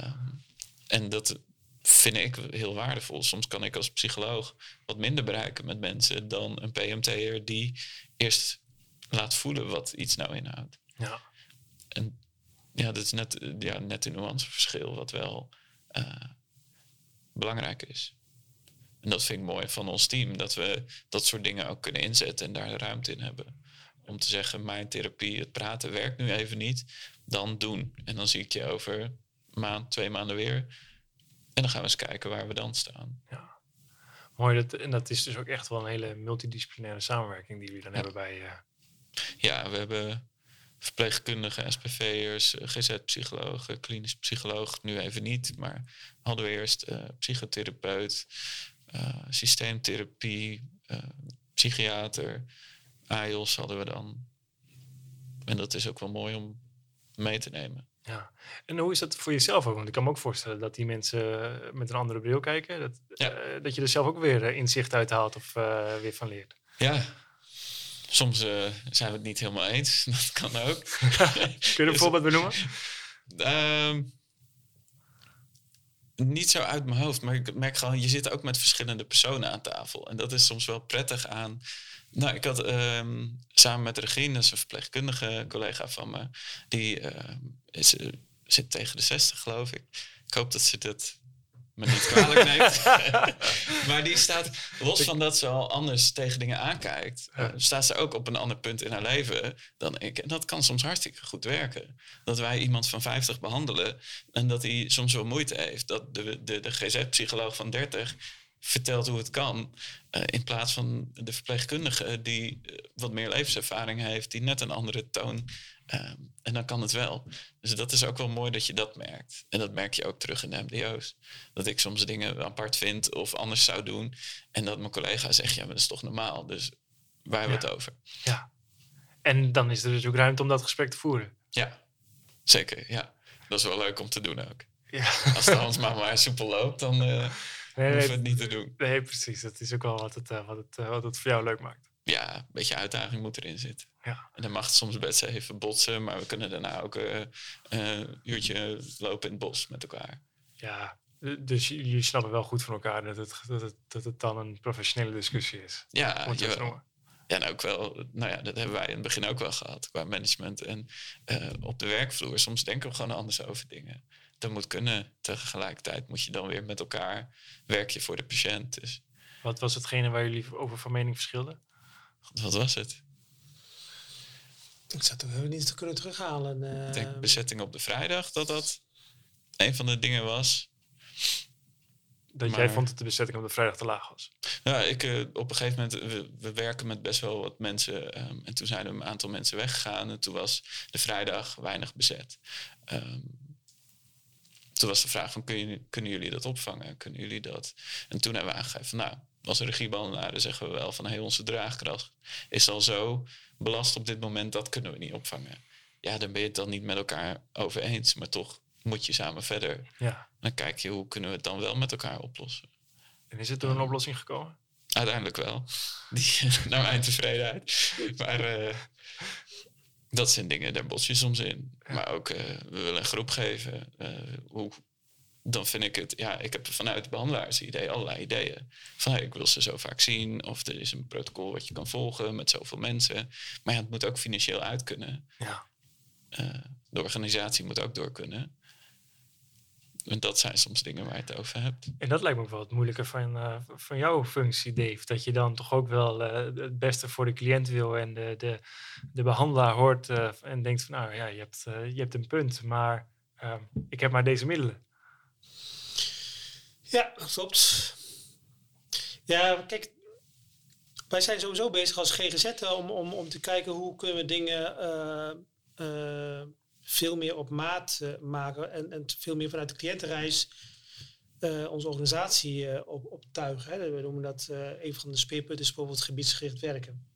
En dat vind ik heel waardevol. Soms kan ik als psycholoog wat minder bereiken met mensen dan een PMT'er die eerst laat voelen wat iets nou inhoudt. Ja. En dat is net een nuanceverschil wat wel belangrijk is. En dat vind ik mooi van ons team, dat we dat soort dingen ook kunnen inzetten en daar de ruimte in hebben. Om te zeggen, mijn therapie, het praten werkt nu even niet, dan doen. En dan zie ik je over een maand, 2 maanden weer. En dan gaan we eens kijken waar we dan staan. Ja. Mooi, en dat is dus ook echt wel een hele multidisciplinaire samenwerking die jullie dan hebben bij... Ja, we hebben verpleegkundigen, SPV'ers, GZ-psychologen, klinisch psycholoog, nu even niet, maar hadden we eerst psychotherapeut, systeemtherapie, psychiater, AIOS hadden we dan. En dat is ook wel mooi om mee te nemen. Ja, en hoe is dat voor jezelf ook? Want ik kan me ook voorstellen dat die mensen met een andere bril kijken. Dat je er zelf ook weer inzicht uit haalt of weer van leert. Ja, soms zijn we het niet helemaal eens. Dat kan ook. Kun je een voorbeeld benoemen? Niet zo uit mijn hoofd, maar ik merk gewoon, je zit ook met verschillende personen aan tafel. En dat is soms wel prettig aan... Nou, ik had samen met Regine, dat is een verpleegkundige collega van me. Die zit tegen de 60, geloof ik. Ik hoop dat ze dat me niet kwalijk neemt. Maar die staat, los van dat ze al anders tegen dingen aankijkt, staat ze ook op een ander punt in haar leven dan ik. En dat kan soms hartstikke goed werken. Dat wij iemand van 50 behandelen en dat hij soms wel moeite heeft. Dat de GZ-psycholoog van 30 vertelt hoe het kan. In plaats van de verpleegkundige die wat meer levenservaring heeft, die net een andere toon. En dan kan het wel. Dus dat is ook wel mooi dat je dat merkt. En dat merk je ook terug in de MDO's. Dat ik soms dingen apart vind of anders zou doen. En dat mijn collega zegt, ja, maar dat is toch normaal. Dus waar hebben we het over? Ja. En dan is er dus ook ruimte om dat gesprek te voeren. Ja, zeker. Ja. Dat is wel leuk om te doen ook. Ja. Als het anders maar soepel loopt, dan hoeven we het niet te doen. Nee, precies. Dat is ook wel wat het voor jou leuk maakt. Ja, een beetje uitdaging moet erin zitten. Ja. En dan mag het soms best even botsen, maar we kunnen daarna ook een uurtje lopen in het bos met elkaar. Ja, dus jullie snappen wel goed van elkaar dat het dan een professionele discussie is. Ja, ja, en ook wel, nou ja, dat hebben wij in het begin ook wel gehad qua management. En op de werkvloer, soms denken we gewoon anders over dingen. Dat moet kunnen. Tegelijkertijd moet je dan weer met elkaar werken voor de patiënt. Dus. Wat was hetgene waar jullie over van mening verschilden? Wat was het? Ik zou het ook niet te kunnen terughalen. Ik denk bezetting op de vrijdag, dat een van de dingen was. Jij vond dat de bezetting op de vrijdag te laag was? Ja, op een gegeven moment, we werken met best wel wat mensen. En toen zijn er een aantal mensen weggegaan. En toen was de vrijdag weinig bezet. Toen was de vraag van, kunnen jullie dat opvangen? Kunnen jullie dat? En toen hebben we aangegeven van, nou, als regiebehandelaren zeggen we wel van, onze draagkracht is al zo belast op dit moment, dat kunnen we niet opvangen. Ja, dan ben je het dan niet met elkaar over eens, maar toch moet je samen verder. Ja. Dan kijk je, hoe kunnen we het dan wel met elkaar oplossen? En is er toen een oplossing gekomen? Uiteindelijk wel. Naar mijn tevredenheid. Maar dat zijn dingen, daar bos je soms in. Ja. Maar ook, we willen een groep geven. Dan vind ik het, ja, ik heb vanuit behandelaarsidee allerlei ideeën. Van, ik wil ze zo vaak zien. Of er is een protocol wat je kan volgen met zoveel mensen. Maar ja, het moet ook financieel uit kunnen. Ja. De organisatie moet ook door kunnen. En dat zijn soms dingen waar je het over hebt. En dat lijkt me ook wel het moeilijke van jouw functie, Dave. Dat je dan toch ook wel het beste voor de cliënt wil. En de behandelaar hoort en denkt van, nou ja, je hebt een punt. Maar ik heb maar deze middelen. Ja, klopt. Ja, kijk, wij zijn sowieso bezig als GGZ om te kijken hoe kunnen we dingen veel meer op maat maken en veel meer vanuit de cliëntenreis onze organisatie optuigen. Hè. We noemen dat een van de speerpunten is bijvoorbeeld gebiedsgericht werken.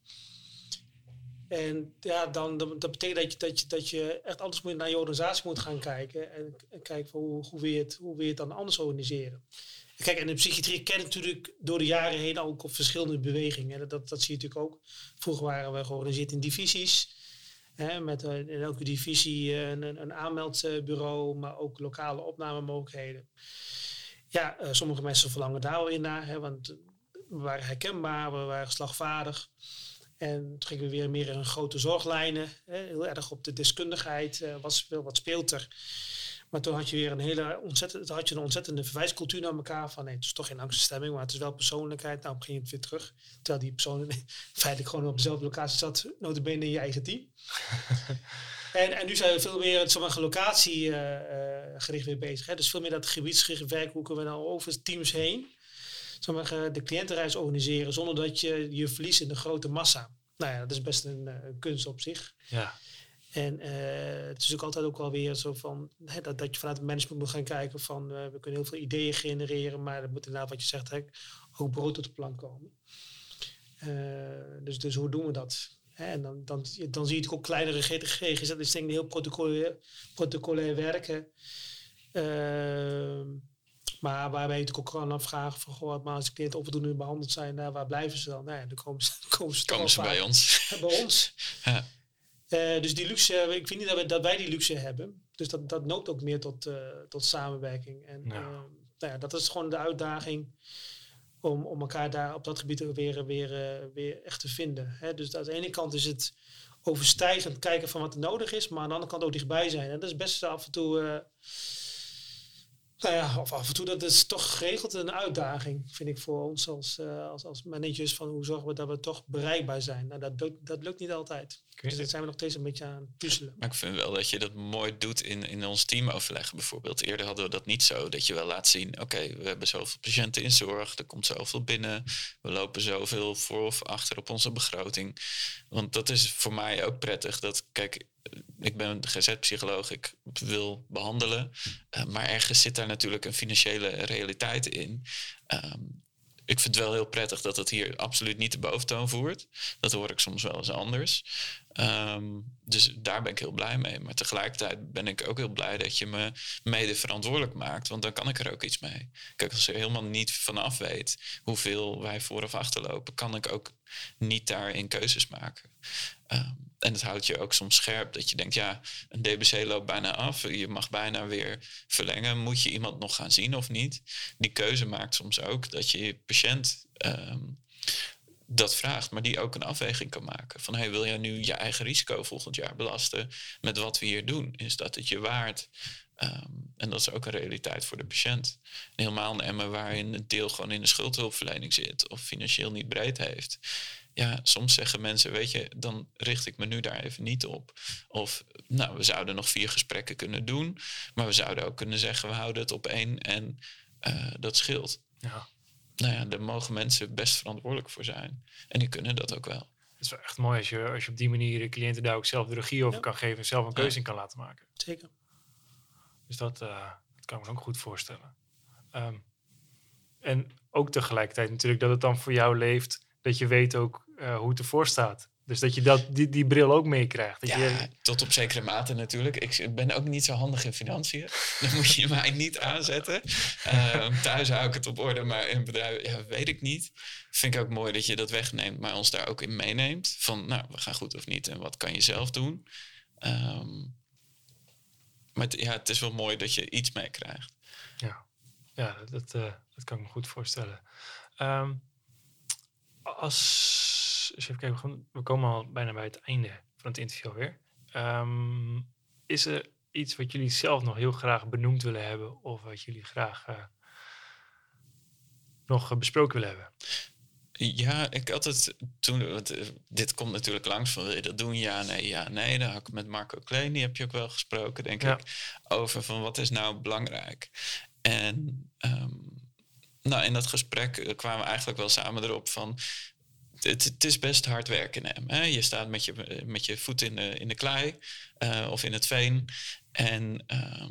En ja, dat betekent dat je echt anders naar je organisatie moet gaan kijken en kijken van hoe wil je het dan anders organiseren. En kijk, en de psychiatrie kent natuurlijk door de jaren heen ook op verschillende bewegingen. Dat zie je natuurlijk ook. Vroeger waren we georganiseerd in divisies. Met in elke divisie een aanmeldbureau, maar ook lokale opnamemogelijkheden. Ja, sommige mensen verlangen daar wel in naar, want we waren herkenbaar, we waren slagvaardig. En toen gingen we weer meer in grote zorglijnen, heel erg op de deskundigheid, wat speelt er. Maar toen had je weer een ontzettende verwijscultuur naar elkaar. Van nee, het is toch geen angststemming, maar het is wel persoonlijkheid. Nou, ging je het weer terug. Terwijl die persoon feitelijk gewoon op dezelfde locatie zat, nota bene in je eigen team. en nu zijn we veel meer sommige locatie gericht weer bezig. Hè? Dus veel meer dat gebiedsgericht werk. Hoe kunnen we nou over teams heen de cliëntenreis organiseren zonder dat je verliest in de grote massa. Nou ja, dat is best een kunst op zich. Ja. En het is ook altijd ook wel weer zo van dat je vanuit het management moet gaan kijken van we kunnen heel veel ideeën genereren, maar er moet inderdaad wat je zegt ook brood op de plank komen. Dus hoe doen we dat? En dan zie je ook kleinere GGZ, dat is denk ik heel protocolair werken. Maar waarbij je natuurlijk ook kan afvragen van goh, maar als de cliënten onvoldoende behandeld zijn, waar blijven ze dan? Nou ja, dan komen ze bij ons. Bij ons. Ja. Dus die luxe, ik vind niet dat wij die luxe hebben. Dus dat noopt ook meer tot samenwerking. En dat is gewoon de uitdaging om elkaar daar op dat gebied ook weer echt te vinden. Hè? Dus aan de ene kant is het overstijgend kijken van wat er nodig is, maar aan de andere kant ook dichtbij zijn. En dat is best af en toe, of af en toe, dat is toch geregeld een uitdaging, vind ik, voor ons als managers, van hoe zorgen we dat we toch bereikbaar zijn. Nou, dat lukt niet altijd. Dus daar zijn we nog steeds een beetje aan het puzzelen. Maar ik vind wel dat je dat mooi doet in ons teamoverleg bijvoorbeeld. Eerder hadden we dat niet zo. Dat je wel laat zien, oké, we hebben zoveel patiënten in zorg. Er komt zoveel binnen. We lopen zoveel voor of achter op onze begroting. Want dat is voor mij ook prettig. Kijk, ik ben GZ-psycholoog. Ik wil behandelen. Maar ergens zit daar natuurlijk een financiële realiteit in. Ik vind het wel heel prettig dat het hier absoluut niet de boventoon voert. Dat hoor ik soms wel eens anders. Dus daar ben ik heel blij mee. Maar tegelijkertijd ben ik ook heel blij dat je me mede verantwoordelijk maakt. Want dan kan ik er ook iets mee. Kijk, als je er helemaal niet vanaf weet hoeveel wij voor of achterlopen, kan ik ook niet daarin keuzes maken. En het houdt je ook soms scherp. Dat je denkt, ja, een DBC loopt bijna af. Je mag bijna weer verlengen. Moet je iemand nog gaan zien of niet? Die keuze maakt soms ook dat je patiënt dat vraagt, maar die ook een afweging kan maken. Van, wil jij nu je eigen risico volgend jaar belasten met wat we hier doen? Is dat het je waard? En dat is ook een realiteit voor de patiënt. En helemaal een emmer waarin het deel gewoon in de schuldhulpverlening zit of financieel niet breed heeft. Ja, soms zeggen mensen, weet je, dan richt ik me nu daar even niet op. Of, nou, we zouden nog 4 gesprekken kunnen doen, maar we zouden ook kunnen zeggen, we houden het op 1 en dat scheelt. Ja. Nou ja, daar mogen mensen best verantwoordelijk voor zijn. En die kunnen dat ook wel. Het is wel echt mooi als je op die manier de cliënten daar ook zelf de regie over kan geven en zelf een keuze in kan laten maken. Zeker. Dus dat kan ik me ook goed voorstellen. En ook tegelijkertijd natuurlijk dat het dan voor jou leeft, dat je weet ook hoe het ervoor staat. Dus dat je die bril ook meekrijgt. Tot op zekere mate natuurlijk. Ik ben ook niet zo handig in financiën. Dan moet je mij niet aanzetten. Thuis hou ik het op orde, maar in bedrijven weet ik niet. Vind ik ook mooi dat je dat wegneemt, maar ons daar ook in meeneemt. Van, nou, we gaan goed of niet en wat kan je zelf doen? Maar het is wel mooi dat je iets meekrijgt. Ja, dat kan ik me goed voorstellen. Even kijken, we komen al bijna bij het einde van het interview weer. Is er iets wat jullie zelf nog heel graag benoemd willen hebben of wat jullie graag nog besproken willen hebben? Ja, ik had het toen, dit komt natuurlijk langs van, wil je dat doen? Ja, nee. Dan had ik met Marco Kleen, die heb je ook wel gesproken, denk ik, over van wat is nou belangrijk. En in dat gesprek kwamen we eigenlijk wel samen erop van, het is best hard werken in hem. Hè? Je staat met je voet in de klei of in het veen. En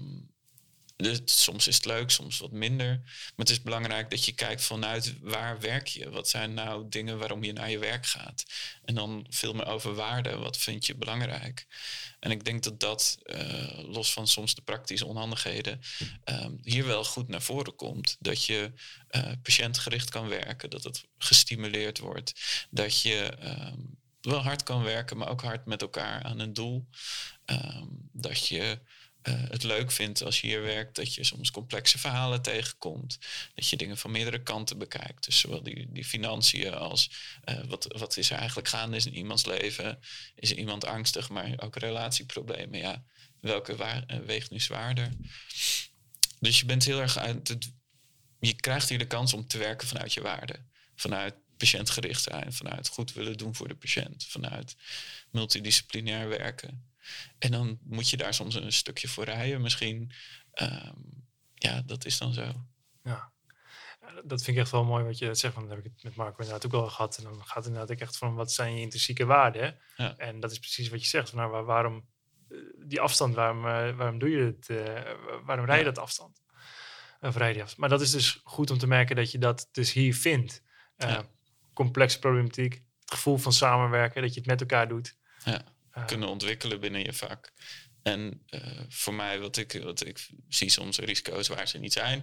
dus soms is het leuk, soms wat minder. Maar het is belangrijk dat je kijkt vanuit waar werk je? Wat zijn nou dingen waarom je naar je werk gaat? En dan veel meer over waarde. Wat vind je belangrijk? En ik denk dat los van soms de praktische onhandigheden, hier wel goed naar voren komt. Dat je patiëntgericht kan werken. Dat het gestimuleerd wordt. Dat je wel hard kan werken, maar ook hard met elkaar aan een doel. Dat je het leuk vindt als je hier werkt, dat je soms complexe verhalen tegenkomt. Dat je dingen van meerdere kanten bekijkt. Dus zowel die financiën als wat is er eigenlijk gaande in iemands leven. Is er iemand angstig, maar ook relatieproblemen. Ja, welke weegt nu zwaarder? Dus je bent heel erg je krijgt hier de kans om te werken vanuit je waarde. Vanuit patiëntgericht zijn, vanuit goed willen doen voor de patiënt. Vanuit multidisciplinair werken. En dan moet je daar soms een stukje voor rijden. Misschien, dat is dan zo. Ja, dat vind ik echt wel mooi wat je zegt. Want dan heb ik het met Marco inderdaad ook al gehad. En dan gaat het inderdaad ook echt van, wat zijn je intrinsieke waarden? Ja. En dat is precies wat je zegt. Van, nou, waarom die afstand, waarom doe je het? Waarom rij je dat afstand? Maar dat is dus goed om te merken dat je dat dus hier vindt. Complexe problematiek, het gevoel van samenwerken, dat je het met elkaar doet. Ja. Kunnen ontwikkelen binnen je vak. En voor mij, wat ik zie soms risico's waar ze niet zijn.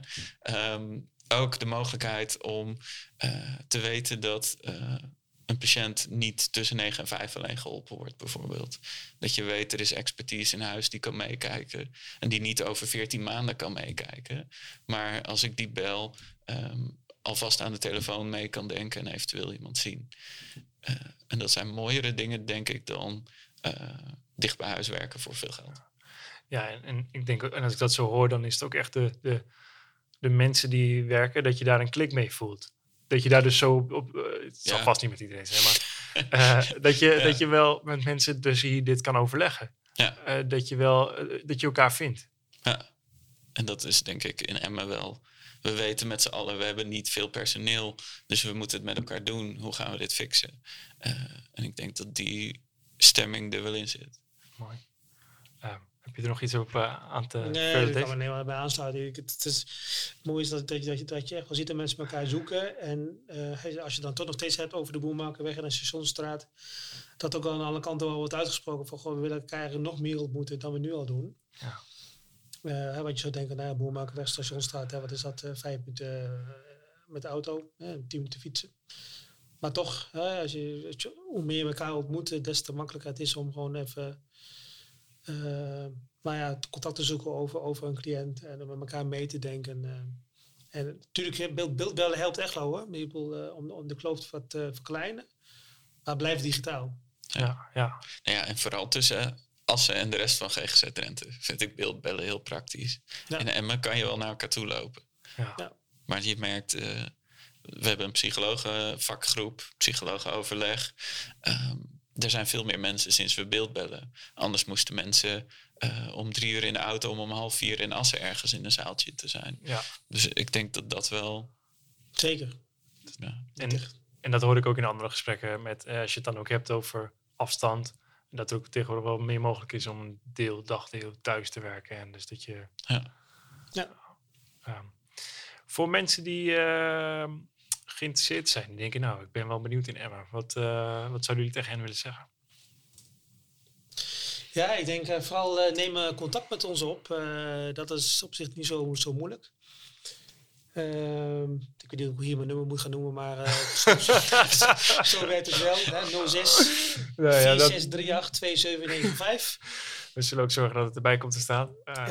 Ook de mogelijkheid om te weten dat een patiënt niet tussen 9 en 5 alleen geholpen wordt, bijvoorbeeld. Dat je weet, er is expertise in huis die kan meekijken. En die niet over 14 maanden kan meekijken. Maar als ik die bel, alvast aan de telefoon mee kan denken en eventueel iemand zien. En dat zijn mooiere dingen, denk ik, dan dicht bij huis werken voor veel geld. Ja, en ik denk, en als ik dat zo hoor, dan is het ook echt de mensen die werken, dat je daar een klik mee voelt. Dat je daar dus zo op, het zal vast niet met iedereen zijn, maar dat je wel met mensen dus hier dit kan overleggen. Ja. Dat je elkaar vindt. Ja, en dat is denk ik in Emmen wel. We weten met z'n allen, we hebben niet veel personeel, dus we moeten het met elkaar doen. Hoe gaan we dit fixen? En ik denk dat die stemming er wel in zit. Mooi. Heb je er nog iets op aan te Nee, daar kan me helemaal bij aansluiten. Het mooie is dat je echt wel ziet dat mensen elkaar zoeken. En als je dan toch nog steeds hebt over de Boermakerweg en de Stationsstraat, dat ook aan alle kanten wel wordt uitgesproken van, we willen elkaar nog meer ontmoeten dan we nu al doen. Ja. Want je zou denken, Boermakerweg, Stationsstraat, wat is dat? 5 minuten met de auto, 10 minuten fietsen. Maar toch, hoe meer je elkaar ontmoet, des te makkelijker het is om gewoon even contact te zoeken over een cliënt en met elkaar mee te denken. En natuurlijk, beeldbellen helpt echt wel, hoor. Om de kloof te verkleinen. Maar blijf digitaal. Ja, en vooral tussen Assen en de rest van GGZ Drenthe vind ik beeldbellen heel praktisch. Ja. In Emmen kan je wel naar elkaar toe lopen. Ja. Maar je merkt, we hebben een psychologenvakgroep, psychologenoverleg. Er zijn veel meer mensen sinds we beeldbellen. Anders moesten mensen om 3 uur in de auto om 3:30 in Assen ergens in een zaaltje te zijn. Ja. Dus ik denk dat wel... Zeker. Ja. En dat hoor ik ook in andere gesprekken met, als je het dan ook hebt over afstand. Dat er ook tegenwoordig wel meer mogelijk is om een dagdeel thuis te werken. En dus dat je... Voor mensen die geïnteresseerd zijn, die denken, ik ben wel benieuwd in Emmen. Wat zouden jullie tegen hen willen zeggen? Ja, ik denk vooral neem contact met ons op. Dat is op zich niet zo moeilijk. Ik weet niet hoe ik hier mijn nummer moet gaan noemen, maar zo werkt het wel. Hè? 06 4638 2795. We zullen ook zorgen dat het erbij komt te staan.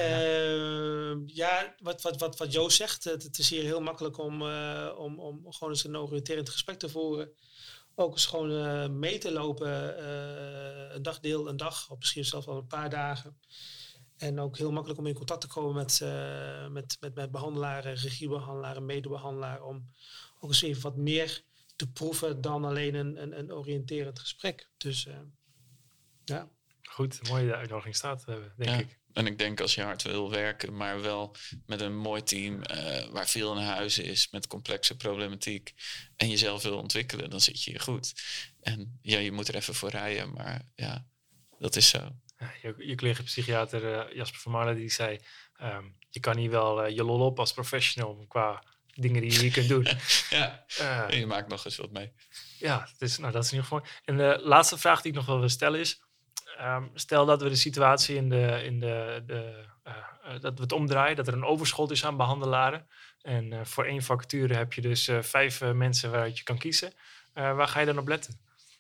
Wat Joost zegt, het is hier heel makkelijk om gewoon eens een oriënterend gesprek te voeren. Ook eens gewoon mee te lopen, een dag, of misschien zelfs wel een paar dagen. En ook heel makkelijk om in contact te komen met behandelaren, regiebehandelaren, medebehandelaren. Om ook eens even wat meer te proeven dan alleen een oriënterend gesprek. Dus ja. Goed, mooi de uitnodiging staat, denk ik. En ik denk als je hard wil werken, maar wel met een mooi team waar veel in huis is, met complexe problematiek en jezelf wil ontwikkelen, dan zit je hier goed. En ja, je moet er even voor rijden, maar ja, dat is zo. Je collega-psychiater Jasper van Marlen die zei, je kan hier wel je lol op als professional qua dingen die je hier kunt doen. En je maakt nog eens wat mee. Ja, dus, dat is in ieder geval. En de laatste vraag die ik nog wel wil stellen is, stel dat we de situatie dat we het omdraaien, dat er een overschot is aan behandelaren. En voor 1 vacature heb je dus 5 mensen waaruit je kan kiezen. Waar ga je dan op letten?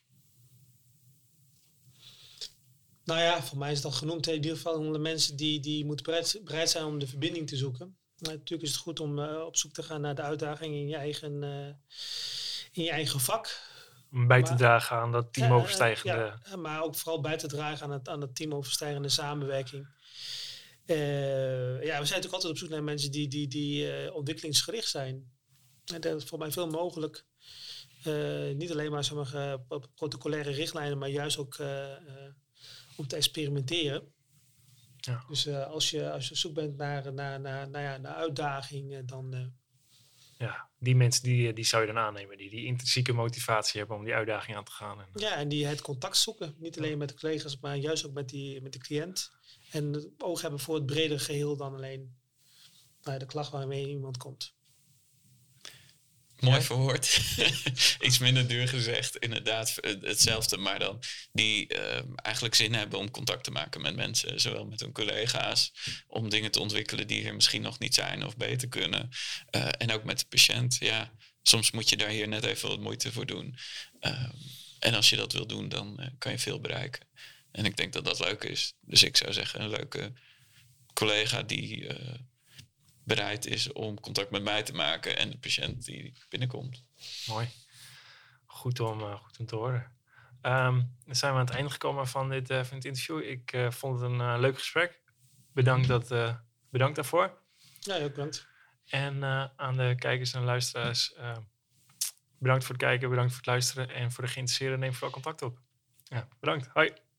Nou ja, voor mij is dat genoemd in ieder geval om de mensen die moeten bereid zijn om de verbinding te zoeken. Natuurlijk is het goed om op zoek te gaan naar de uitdaging in je eigen vak. Om bij te dragen aan dat teamoverstijgende... maar ook vooral bij te dragen aan het teamoverstijgende samenwerking. We zijn natuurlijk altijd op zoek naar mensen die ontwikkelingsgericht zijn. En dat is voor mij veel mogelijk. Niet alleen maar protocolaire richtlijnen, maar juist ook om te experimenteren. Ja. Dus als je op zoek bent naar uitdaging, dan... die mensen die zou je dan aannemen. Die intrinsieke motivatie hebben om die uitdaging aan te gaan. En die het contact zoeken. Niet alleen met de collega's, maar juist ook met de cliënt. En het oog hebben voor het bredere geheel dan alleen de klacht waarmee iemand komt. Mooi verwoord. Iets minder duur gezegd. Inderdaad hetzelfde. Maar dan die eigenlijk zin hebben om contact te maken met mensen. Zowel met hun collega's. Om dingen te ontwikkelen die er misschien nog niet zijn of beter kunnen. En ook met de patiënt. Ja, soms moet je daar hier net even wat moeite voor doen. En als je dat wil doen, dan kan je veel bereiken. En ik denk dat dat leuk is. Dus ik zou zeggen een leuke collega die bereid is om contact met mij te maken en de patiënt die binnenkomt. Mooi. Goed om te horen. Dan zijn we aan het einde gekomen van dit interview. Ik vond het een leuk gesprek. Bedankt daarvoor. Ja, heel bedankt. En aan de kijkers en luisteraars, bedankt voor het kijken, bedankt voor het luisteren. En voor de geïnteresseerden, neem vooral contact op. Ja, bedankt. Hoi.